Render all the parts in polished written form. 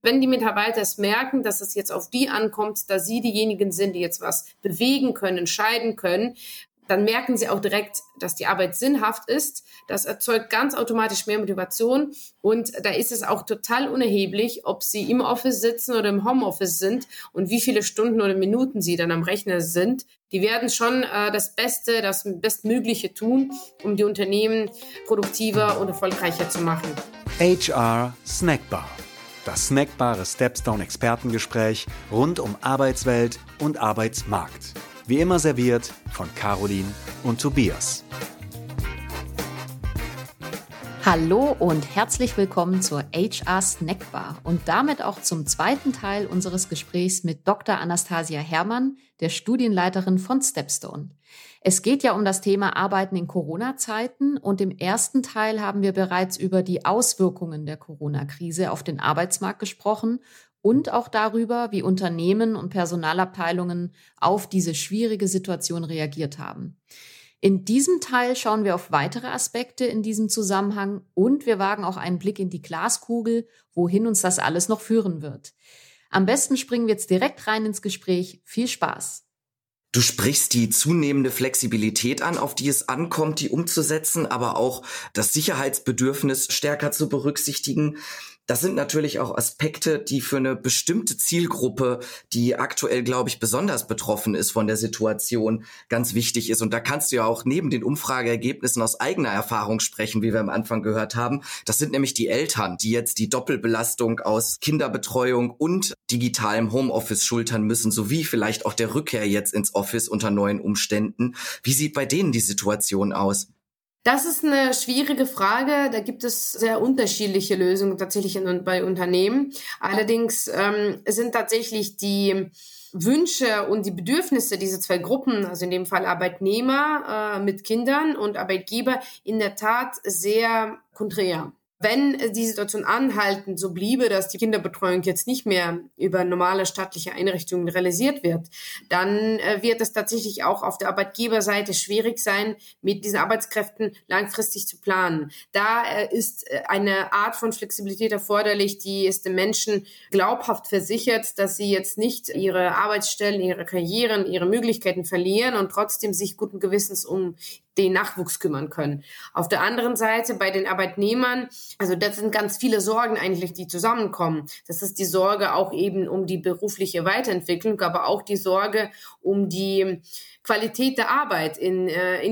Wenn die Mitarbeiter es merken, dass es jetzt auf die ankommt, dass sie diejenigen sind, die jetzt was bewegen können, entscheiden können, dann merken sie auch direkt, dass die Arbeit sinnhaft ist. Das erzeugt ganz automatisch mehr Motivation. Und da ist es auch total unerheblich, ob sie im Office sitzen oder im Homeoffice sind und wie viele Stunden oder Minuten sie dann am Rechner sind. Die werden schon das Bestmögliche tun, um die Unternehmen produktiver und erfolgreicher zu machen. HR Snackbar. Das snackbare Stepstone-Expertengespräch rund um Arbeitswelt und Arbeitsmarkt. Wie immer serviert von Caroline und Tobias. Hallo und herzlich willkommen zur HR Snackbar und damit auch zum zweiten Teil unseres Gesprächs mit Dr. Anastasia Herrmann, der Studienleiterin von Stepstone. Es geht ja um das Thema Arbeiten in Corona-Zeiten und im ersten Teil haben wir bereits über die Auswirkungen der Corona-Krise auf den Arbeitsmarkt gesprochen und auch darüber, wie Unternehmen und Personalabteilungen auf diese schwierige Situation reagiert haben. In diesem Teil schauen wir auf weitere Aspekte in diesem Zusammenhang und wir wagen auch einen Blick in die Glaskugel, wohin uns das alles noch führen wird. Am besten springen wir jetzt direkt rein ins Gespräch. Viel Spaß! Du sprichst die zunehmende Flexibilität an, auf die es ankommt, die umzusetzen, aber auch das Sicherheitsbedürfnis stärker zu berücksichtigen. Das sind natürlich auch Aspekte, die für eine bestimmte Zielgruppe, die aktuell, glaube ich, besonders betroffen ist von der Situation, ganz wichtig ist. Und da kannst du ja auch neben den Umfrageergebnissen aus eigener Erfahrung sprechen, wie wir am Anfang gehört haben. Das sind nämlich die Eltern, die jetzt die Doppelbelastung aus Kinderbetreuung und digitalem Homeoffice schultern müssen, sowie vielleicht auch der Rückkehr jetzt ins Office unter neuen Umständen. Wie sieht bei denen die Situation aus? Das ist eine schwierige Frage. Da gibt es sehr unterschiedliche Lösungen tatsächlich bei Unternehmen. Allerdings sind tatsächlich die Wünsche und die Bedürfnisse dieser zwei Gruppen, also in dem Fall Arbeitnehmer mit Kindern und Arbeitgeber, in der Tat sehr konträr. Wenn die Situation anhaltend so bliebe, dass die Kinderbetreuung jetzt nicht mehr über normale staatliche Einrichtungen realisiert wird, dann wird es tatsächlich auch auf der Arbeitgeberseite schwierig sein, mit diesen Arbeitskräften langfristig zu planen. Da ist eine Art von Flexibilität erforderlich, die es den Menschen glaubhaft versichert, dass sie jetzt nicht ihre Arbeitsstellen, ihre Karrieren, ihre Möglichkeiten verlieren und trotzdem sich guten Gewissens um den Nachwuchs kümmern können. Auf der anderen Seite bei den Arbeitnehmern, also das sind ganz viele Sorgen eigentlich, die zusammenkommen. Das ist die Sorge auch eben um die berufliche Weiterentwicklung, aber auch die Sorge um die Qualität der Arbeit in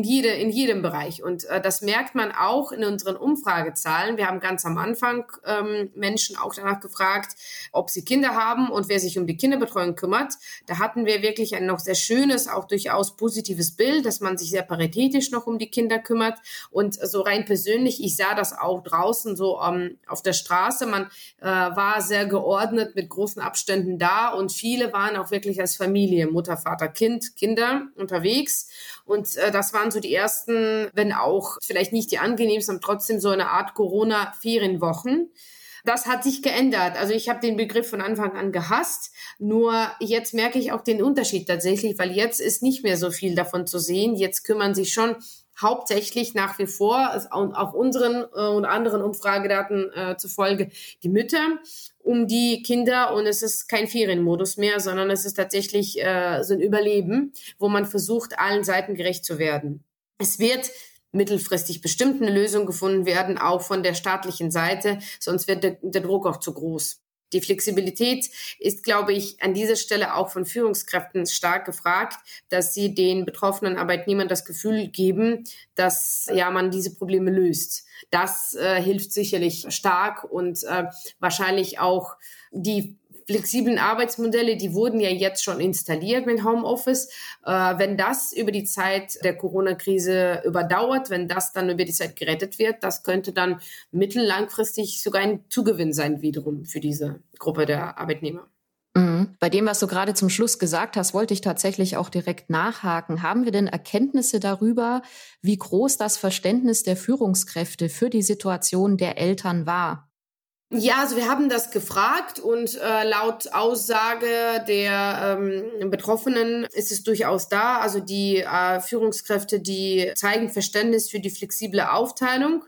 jedem Bereich. Und das merkt man auch in unseren Umfragezahlen. Wir haben ganz am Anfang Menschen auch danach gefragt, ob sie Kinder haben und wer sich um die Kinderbetreuung kümmert. Da hatten wir wirklich ein noch sehr schönes, auch durchaus positives Bild, dass man sich sehr paritätisch noch um die Kinder kümmert. Und so rein persönlich, ich sah das auch draußen so auf der Straße. Man war sehr geordnet mit großen Abständen da und viele waren auch wirklich als Familie, Mutter, Vater, Kind, Kinder unterwegs. Und das waren so die ersten, wenn auch vielleicht nicht die angenehmsten, aber trotzdem so eine Art Corona-Ferienwochen. Das hat sich geändert. Also ich habe den Begriff von Anfang an gehasst. Nur jetzt merke ich auch den Unterschied tatsächlich, weil jetzt ist nicht mehr so viel davon zu sehen. Jetzt kümmern sich schon hauptsächlich nach wie vor, auch unseren und anderen Umfragedaten zufolge, die Mütter um die Kinder und es ist kein Ferienmodus mehr, sondern es ist tatsächlich so ein Überleben, wo man versucht, allen Seiten gerecht zu werden. Es wird mittelfristig bestimmt eine Lösung gefunden werden, auch von der staatlichen Seite, sonst wird der Druck auch zu groß. Die Flexibilität ist, glaube ich, an dieser Stelle auch von Führungskräften stark gefragt, dass sie den betroffenen Arbeitnehmern das Gefühl geben, dass man diese Probleme löst. Das hilft sicherlich stark und wahrscheinlich auch die flexiblen Arbeitsmodelle, die wurden ja jetzt schon installiert mit Homeoffice. Wenn das über die Zeit der Corona-Krise überdauert, wenn das dann über die Zeit gerettet wird, das könnte dann mittellangfristig sogar ein Zugewinn sein wiederum für diese Gruppe der Arbeitnehmer. Bei dem, was du gerade zum Schluss gesagt hast, wollte ich tatsächlich auch direkt nachhaken. Haben wir denn Erkenntnisse darüber, wie groß das Verständnis der Führungskräfte für die Situation der Eltern war? Ja, also wir haben das gefragt und laut Aussage der Betroffenen ist es durchaus da. Also die Führungskräfte, die zeigen Verständnis für die flexible Aufteilung.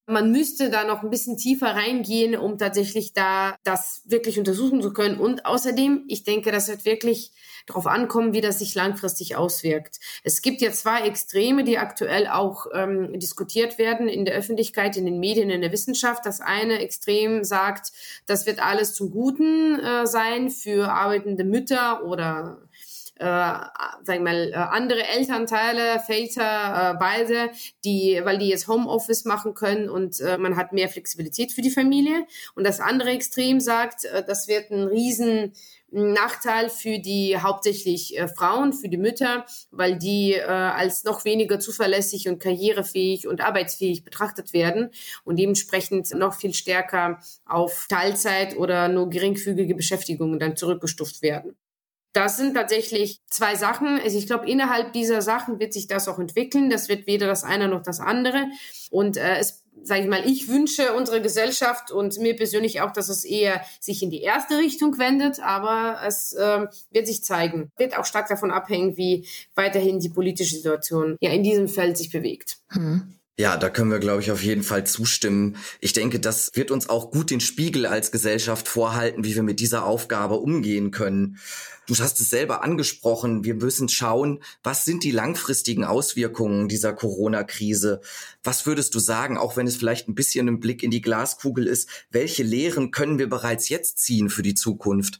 Man müsste da noch ein bisschen tiefer reingehen, um tatsächlich da das wirklich untersuchen zu können. Und außerdem, ich denke, das wird wirklich darauf ankommen, wie das sich langfristig auswirkt. Es gibt ja 2 Extreme, die aktuell auch diskutiert werden in der Öffentlichkeit, in den Medien, in der Wissenschaft. Das eine Extrem sagt, das wird alles zum Guten sein für arbeitende Mütter oder andere Elternteile, Väter, beide, weil die jetzt Homeoffice machen können und man hat mehr Flexibilität für die Familie. Und das andere Extrem sagt, das wird ein riesen Nachteil für die hauptsächlich Frauen, für die Mütter, weil die als noch weniger zuverlässig und karrierefähig und arbeitsfähig betrachtet werden und dementsprechend noch viel stärker auf Teilzeit oder nur geringfügige Beschäftigungen dann zurückgestuft werden. Das sind tatsächlich 2 Sachen. Also ich glaube, innerhalb dieser Sachen wird sich das auch entwickeln. Das wird weder das eine noch das andere. Und ich wünsche unserer Gesellschaft und mir persönlich auch, dass es eher sich in die erste Richtung wendet. Aber es wird sich zeigen. Wird auch stark davon abhängen, wie weiterhin die politische Situation in diesem Feld sich bewegt. Ja, da können wir, glaube ich, auf jeden Fall zustimmen. Ich denke, das wird uns auch gut den Spiegel als Gesellschaft vorhalten, wie wir mit dieser Aufgabe umgehen können. Du hast es selber angesprochen, wir müssen schauen, was sind die langfristigen Auswirkungen dieser Corona-Krise? Was würdest du sagen, auch wenn es vielleicht ein bisschen ein Blick in die Glaskugel ist, welche Lehren können wir bereits jetzt ziehen für die Zukunft?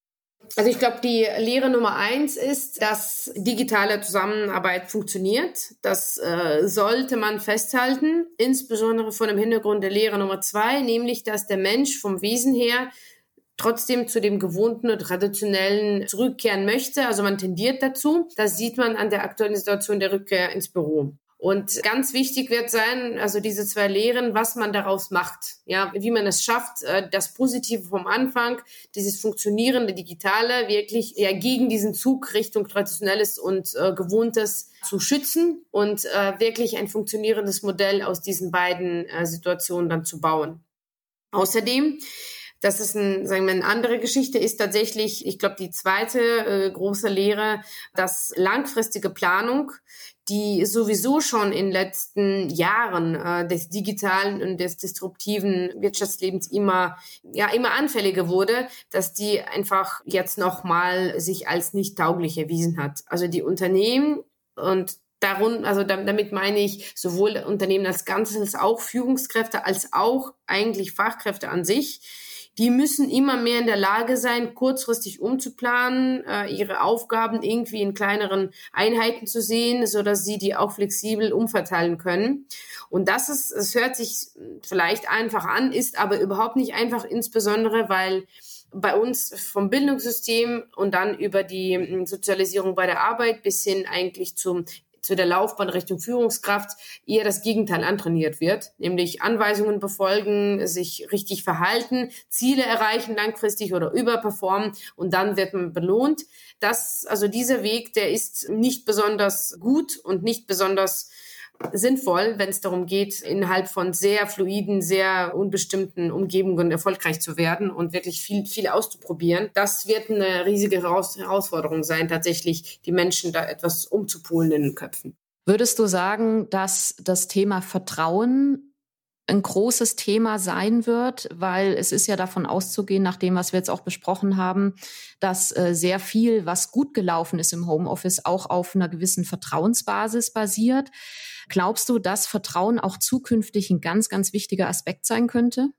Also ich glaube, die Lehre Nummer 1 ist, dass digitale Zusammenarbeit funktioniert. Das sollte man festhalten, insbesondere vor dem Hintergrund der Lehre Nummer 2, nämlich, dass der Mensch vom Wesen her trotzdem zu dem Gewohnten und Traditionellen zurückkehren möchte. Also man tendiert dazu. Das sieht man an der aktuellen Situation der Rückkehr ins Büro. Und ganz wichtig wird sein, also diese 2 Lehren, was man daraus macht. Ja, wie man es schafft, das Positive vom Anfang, dieses funktionierende Digitale wirklich gegen diesen Zug Richtung Traditionelles und Gewohntes zu schützen und wirklich ein funktionierendes Modell aus diesen beiden Situationen dann zu bauen. Außerdem, das ist eine andere Geschichte, ist tatsächlich, ich glaube, die zweite große Lehre, dass langfristige Planung, die sowieso schon in den letzten Jahren des digitalen und des disruptiven Wirtschaftslebens immer anfälliger wurde, dass die einfach jetzt nochmal sich als nicht tauglich erwiesen hat. Also die Unternehmen und damit meine ich sowohl Unternehmen als Ganzes, als auch Führungskräfte, als auch eigentlich Fachkräfte an sich. Die müssen immer mehr in der Lage sein, kurzfristig umzuplanen, ihre Aufgaben irgendwie in kleineren Einheiten zu sehen, so dass sie die auch flexibel umverteilen können. Und es hört sich vielleicht einfach an, ist aber überhaupt nicht einfach, insbesondere weil bei uns vom Bildungssystem und dann über die Sozialisierung bei der Arbeit bis hin eigentlich zu der Laufbahn Richtung Führungskraft eher das Gegenteil antrainiert wird, nämlich Anweisungen befolgen, sich richtig verhalten, Ziele erreichen langfristig oder überperformen und dann wird man belohnt. Dieser Weg, der ist nicht besonders gut und nicht besonders sinnvoll, wenn es darum geht, innerhalb von sehr fluiden, sehr unbestimmten Umgebungen erfolgreich zu werden und wirklich viel auszuprobieren. Das wird eine riesige Herausforderung sein, tatsächlich die Menschen da etwas umzupolen in den Köpfen. Würdest du sagen, dass das Thema Vertrauen ein großes Thema sein wird, weil es ist ja davon auszugehen, nach dem, was wir jetzt auch besprochen haben, dass sehr viel, was gut gelaufen ist im Homeoffice, auch auf einer gewissen Vertrauensbasis basiert. Glaubst du, dass Vertrauen auch zukünftig ein ganz, ganz wichtiger Aspekt sein könnte?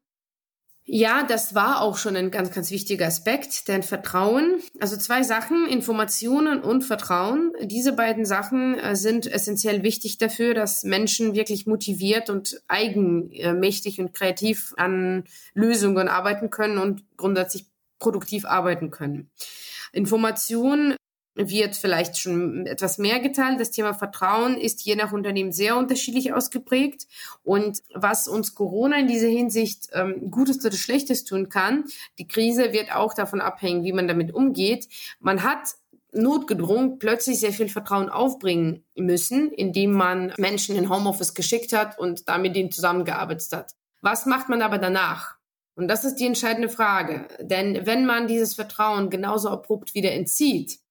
Ja, das war auch schon ein ganz, ganz wichtiger Aspekt, denn Vertrauen, also 2 Sachen, Informationen und Vertrauen, diese beiden Sachen sind essentiell wichtig dafür, dass Menschen wirklich motiviert und eigenmächtig und kreativ an Lösungen arbeiten können und grundsätzlich produktiv arbeiten können. Information wird vielleicht schon etwas mehr geteilt. Das Thema Vertrauen ist je nach Unternehmen sehr unterschiedlich ausgeprägt. Und was uns Corona in dieser Hinsicht Gutes oder Schlechtes tun kann, die Krise wird auch davon abhängen, wie man damit umgeht. Man hat notgedrungen plötzlich sehr viel Vertrauen aufbringen müssen, indem man Menschen in Homeoffice geschickt hat und damit denen zusammengearbeitet hat. Was macht man aber danach? Und das ist die entscheidende Frage. Denn wenn man dieses Vertrauen genauso abrupt wieder entzieht,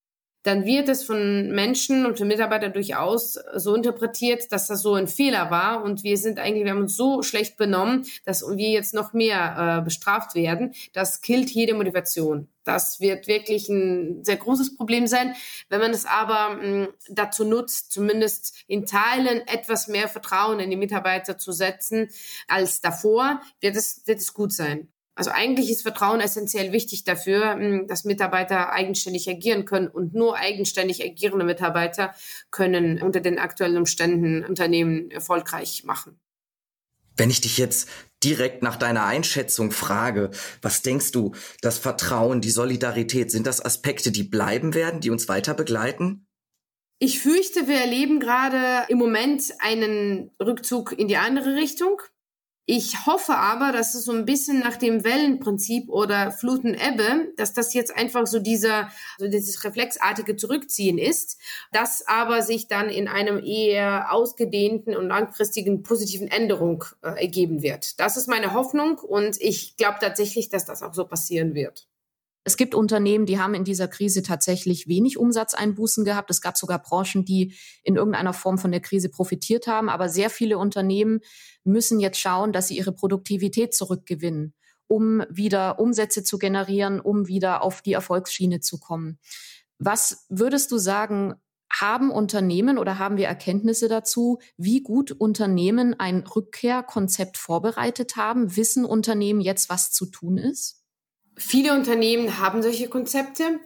dann wird es von Menschen und von Mitarbeitern durchaus so interpretiert, dass das so ein Fehler war und wir haben uns so schlecht benommen, dass wir jetzt noch mehr bestraft werden. Das killt jede Motivation. Das wird wirklich ein sehr großes Problem sein. Wenn man es aber dazu nutzt, zumindest in Teilen etwas mehr Vertrauen in die Mitarbeiter zu setzen als davor, wird es gut sein. Also eigentlich ist Vertrauen essentiell wichtig dafür, dass Mitarbeiter eigenständig agieren können und nur eigenständig agierende Mitarbeiter können unter den aktuellen Umständen Unternehmen erfolgreich machen. Wenn ich dich jetzt direkt nach deiner Einschätzung frage, was denkst du, das Vertrauen, die Solidarität, sind das Aspekte, die bleiben werden, die uns weiter begleiten? Ich fürchte, wir erleben gerade im Moment einen Rückzug in die andere Richtung. Ich hoffe aber, dass es so ein bisschen nach dem Wellenprinzip oder Fluten-Ebbe, dass das jetzt einfach so dieses reflexartige Zurückziehen ist, das aber sich dann in einem eher ausgedehnten und langfristigen positiven Änderung ergeben wird. Das ist meine Hoffnung und ich glaube tatsächlich, dass das auch so passieren wird. Es gibt Unternehmen, die haben in dieser Krise tatsächlich wenig Umsatzeinbußen gehabt. Es gab sogar Branchen, die in irgendeiner Form von der Krise profitiert haben. Aber sehr viele Unternehmen müssen jetzt schauen, dass sie ihre Produktivität zurückgewinnen, um wieder Umsätze zu generieren, um wieder auf die Erfolgsschiene zu kommen. Was würdest du sagen, haben Unternehmen oder haben wir Erkenntnisse dazu, wie gut Unternehmen ein Rückkehrkonzept vorbereitet haben? Wissen Unternehmen jetzt, was zu tun ist? Viele Unternehmen haben solche Konzepte.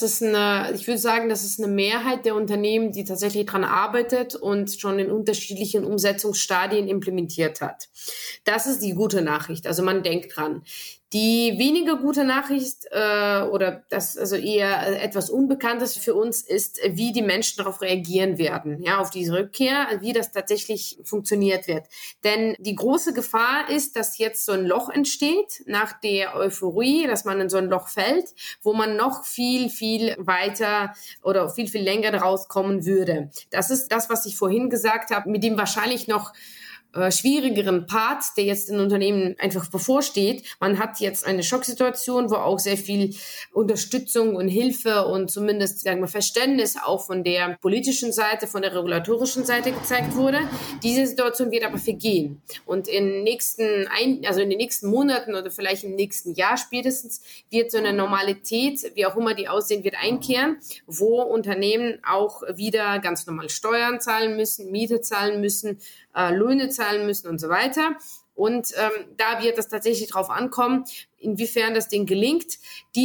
Ich würde sagen, das ist eine Mehrheit der Unternehmen, die tatsächlich daran arbeitet und schon in unterschiedlichen Umsetzungsstadien implementiert hat. Das ist die gute Nachricht. Also man denkt dran. Die weniger gute Nachricht oder das also eher etwas Unbekanntes für uns ist, wie die Menschen darauf reagieren werden, ja, auf diese Rückkehr, wie das tatsächlich funktioniert wird. Denn die große Gefahr ist, dass jetzt so ein Loch entsteht nach der Euphorie, dass man in so ein Loch fällt, wo man noch viel weiter oder viel länger daraus kommen würde. Das ist das, was ich vorhin gesagt habe, mit dem wahrscheinlich noch schwierigeren Part, der jetzt in Unternehmen einfach bevorsteht. Man hat jetzt eine Schocksituation, wo auch sehr viel Unterstützung und Hilfe und zumindest, sagen wir, Verständnis auch von der politischen Seite, von der regulatorischen Seite gezeigt wurde. Diese Situation wird aber vergehen. Und in den nächsten Monaten oder vielleicht im nächsten Jahr spätestens wird so eine Normalität, wie auch immer die aussehen wird, einkehren, wo Unternehmen auch wieder ganz normal Steuern zahlen müssen, Miete zahlen müssen, Löhne zahlen müssen und so weiter. Und da wird es tatsächlich drauf ankommen, inwiefern das Ding gelingt,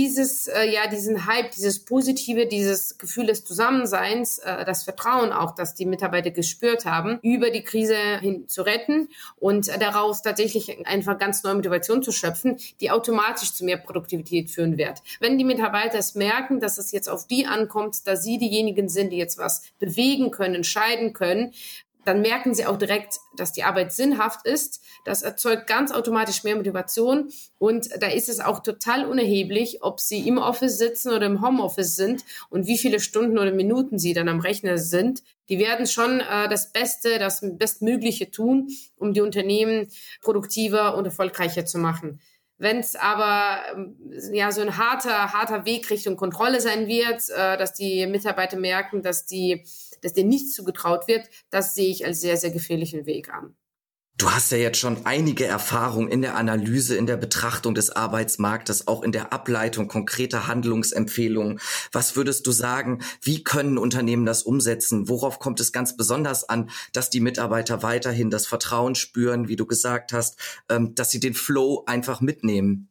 diesen Hype, dieses Positive, dieses Gefühl des Zusammenseins, das Vertrauen auch, das die Mitarbeiter gespürt haben, über die Krise hin zu retten und daraus tatsächlich einfach ganz neue Motivation zu schöpfen, die automatisch zu mehr Produktivität führen wird. Wenn die Mitarbeiter es merken, dass es jetzt auf die ankommt, dass sie diejenigen sind, die jetzt was bewegen können, entscheiden können, dann merken sie auch direkt, dass die Arbeit sinnhaft ist. Das erzeugt ganz automatisch mehr Motivation und da ist es auch total unerheblich, ob sie im Office sitzen oder im Homeoffice sind und wie viele Stunden oder Minuten sie dann am Rechner sind. Die werden schon das Bestmögliche tun, um die Unternehmen produktiver und erfolgreicher zu machen. Wenn es aber so ein harter Weg Richtung Kontrolle sein wird, dass die Mitarbeiter merken, dass denen nichts zugetraut wird, das sehe ich als sehr, sehr gefährlichen Weg an. Du hast ja jetzt schon einige Erfahrungen in der Analyse, in der Betrachtung des Arbeitsmarktes, auch in der Ableitung konkreter Handlungsempfehlungen. Was würdest du sagen, wie können Unternehmen das umsetzen? Worauf kommt es ganz besonders an, dass die Mitarbeiter weiterhin das Vertrauen spüren, wie du gesagt hast, dass sie den Flow einfach mitnehmen?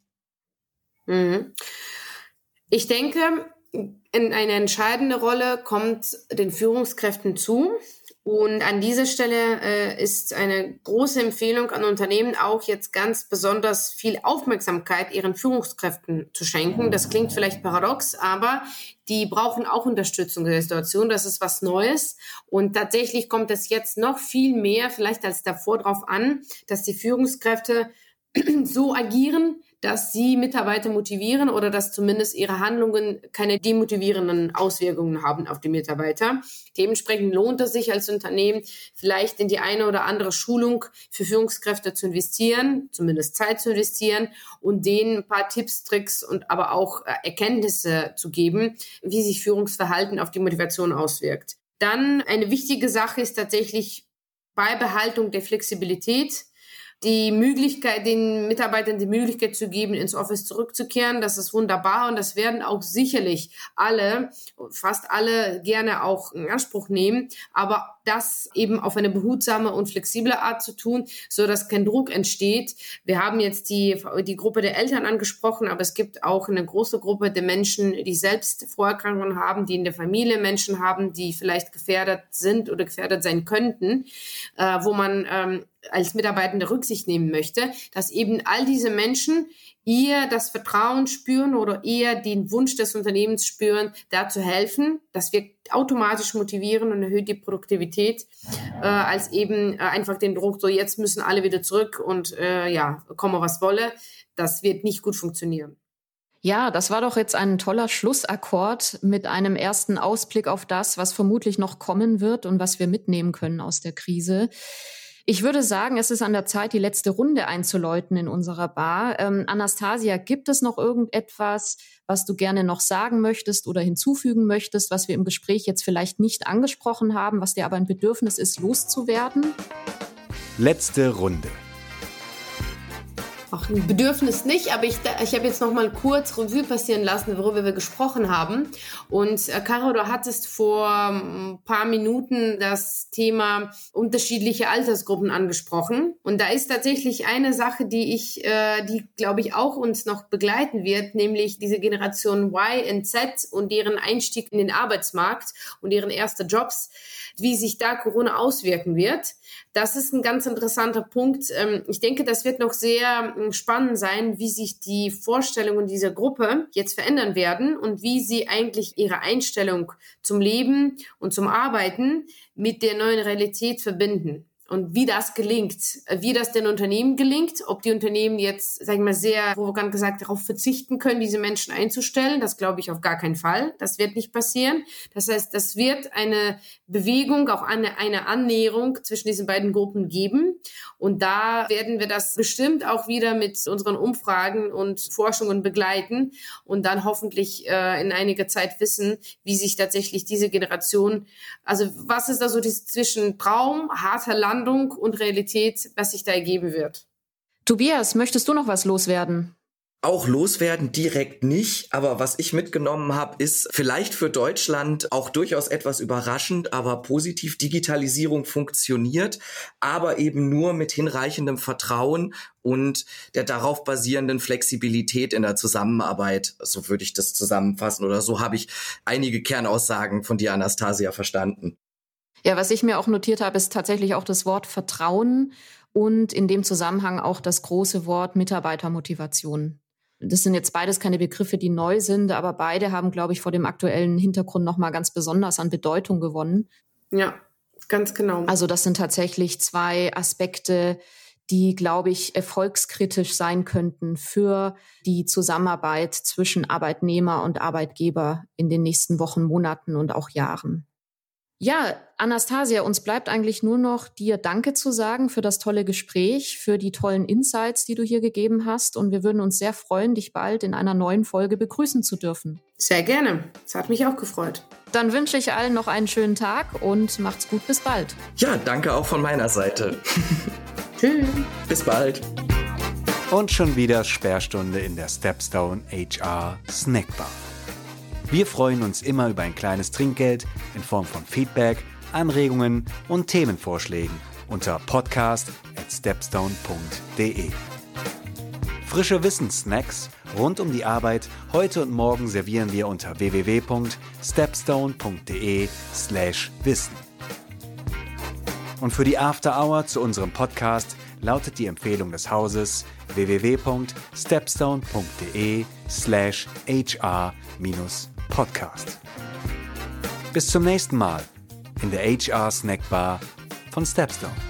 Ich denke, eine entscheidende Rolle kommt den Führungskräften zu. Und an dieser Stelle ist eine große Empfehlung an Unternehmen auch jetzt ganz besonders viel Aufmerksamkeit ihren Führungskräften zu schenken. Das klingt vielleicht paradox, aber die brauchen auch Unterstützung in der Situation. Das ist was Neues. Und tatsächlich kommt es jetzt noch viel mehr vielleicht als davor drauf an, dass die Führungskräfte so agieren, dass sie Mitarbeiter motivieren oder dass zumindest ihre Handlungen keine demotivierenden Auswirkungen haben auf die Mitarbeiter. Dementsprechend lohnt es sich als Unternehmen, vielleicht in die eine oder andere Schulung für Führungskräfte zu investieren, zumindest Zeit zu investieren und denen ein paar Tipps, Tricks und aber auch Erkenntnisse zu geben, wie sich Führungsverhalten auf die Motivation auswirkt. Dann eine wichtige Sache ist tatsächlich Beibehaltung der Flexibilität. Die Möglichkeit, den Mitarbeitern die Möglichkeit zu geben, ins Office zurückzukehren, das ist wunderbar und das werden auch sicherlich fast alle gerne auch in Anspruch nehmen, aber das eben auf eine behutsame und flexible Art zu tun, so dass kein Druck entsteht. Wir haben jetzt die Gruppe der Eltern angesprochen, aber es gibt auch eine große Gruppe der Menschen, die selbst Vorerkrankungen haben, die in der Familie Menschen haben, die vielleicht gefährdet sind oder gefährdet sein könnten, wo man als Mitarbeitende Rücksicht nehmen möchte, dass eben all diese Menschen eher das Vertrauen spüren oder eher den Wunsch des Unternehmens spüren, da zu helfen. Das wird automatisch motivieren und erhöht die Produktivität, als eben einfach den Druck, so jetzt müssen alle wieder zurück und komme was wolle. Das wird nicht gut funktionieren. Ja, das war doch jetzt ein toller Schlussakkord mit einem ersten Ausblick auf das, was vermutlich noch kommen wird und was wir mitnehmen können aus der Krise. Ich würde sagen, es ist an der Zeit, die letzte Runde einzuläuten in unserer Bar. Anastasia, gibt es noch irgendetwas, was du gerne noch sagen möchtest oder hinzufügen möchtest, was wir im Gespräch jetzt vielleicht nicht angesprochen haben, was dir aber ein Bedürfnis ist, loszuwerden? Letzte Runde. Auch ein Bedürfnis nicht, aber ich habe jetzt noch mal kurz Revue passieren lassen, worüber wir gesprochen haben. Und Caro, du hattest vor ein paar Minuten das Thema unterschiedliche Altersgruppen angesprochen. Und da ist tatsächlich eine Sache, die glaube ich auch uns noch begleiten wird, nämlich diese Generation Y und Z und deren Einstieg in den Arbeitsmarkt und deren erste Jobs, wie sich da Corona auswirken wird. Das ist ein ganz interessanter Punkt. Ich denke, das wird noch sehr spannend sein, wie sich die Vorstellungen dieser Gruppe jetzt verändern werden und wie sie eigentlich ihre Einstellung zum Leben und zum Arbeiten mit der neuen Realität verbinden. Und wie das gelingt, wie das den Unternehmen gelingt, ob die Unternehmen jetzt, sagen wir mal, sehr provokant gesagt, darauf verzichten können, diese Menschen einzustellen, das glaube ich auf gar keinen Fall. Das wird nicht passieren. Das heißt, das wird eine Bewegung, auch eine Annäherung zwischen diesen beiden Gruppen geben. Und da werden wir das bestimmt auch wieder mit unseren Umfragen und Forschungen begleiten und dann hoffentlich in einiger Zeit wissen, wie sich tatsächlich diese Generation, also was ist da so zwischen Traum, harter Landung und Realität, was sich da ergeben wird. Tobias, möchtest du noch was loswerden? Auch loswerden direkt nicht, aber was ich mitgenommen habe, ist vielleicht für Deutschland auch durchaus etwas überraschend, aber positiv. Digitalisierung funktioniert, aber eben nur mit hinreichendem Vertrauen und der darauf basierenden Flexibilität in der Zusammenarbeit. So würde ich das zusammenfassen oder so habe ich einige Kernaussagen von dir, Anastasia, verstanden. Ja, was ich mir auch notiert habe, ist tatsächlich auch das Wort Vertrauen und in dem Zusammenhang auch das große Wort Mitarbeitermotivation. Das sind jetzt beides keine Begriffe, die neu sind, aber beide haben, glaube ich, vor dem aktuellen Hintergrund nochmal ganz besonders an Bedeutung gewonnen. Ja, ganz genau. Also das sind tatsächlich zwei Aspekte, die, glaube ich, erfolgskritisch sein könnten für die Zusammenarbeit zwischen Arbeitnehmer und Arbeitgeber in den nächsten Wochen, Monaten und auch Jahren. Ja, Anastasia, uns bleibt eigentlich nur noch dir Danke zu sagen für das tolle Gespräch, für die tollen Insights, die du hier gegeben hast. Und wir würden uns sehr freuen, dich bald in einer neuen Folge begrüßen zu dürfen. Sehr gerne. Es hat mich auch gefreut. Dann wünsche ich allen noch einen schönen Tag und macht's gut, bis bald. Ja, danke auch von meiner Seite. Tschüss. Bis bald. Und schon wieder Sperrstunde in der Stepstone HR Snackbar. Wir freuen uns immer über ein kleines Trinkgeld in Form von Feedback, Anregungen und Themenvorschlägen unter podcast@stepstone.de. Frische Wissenssnacks rund um die Arbeit heute und morgen servieren wir unter www.stepstone.de/wissen. Und für die After Hour zu unserem Podcast lautet die Empfehlung des Hauses www.stepstone.de/HR-podcast. Bis zum nächsten Mal in der HR Snackbar von Stepstone.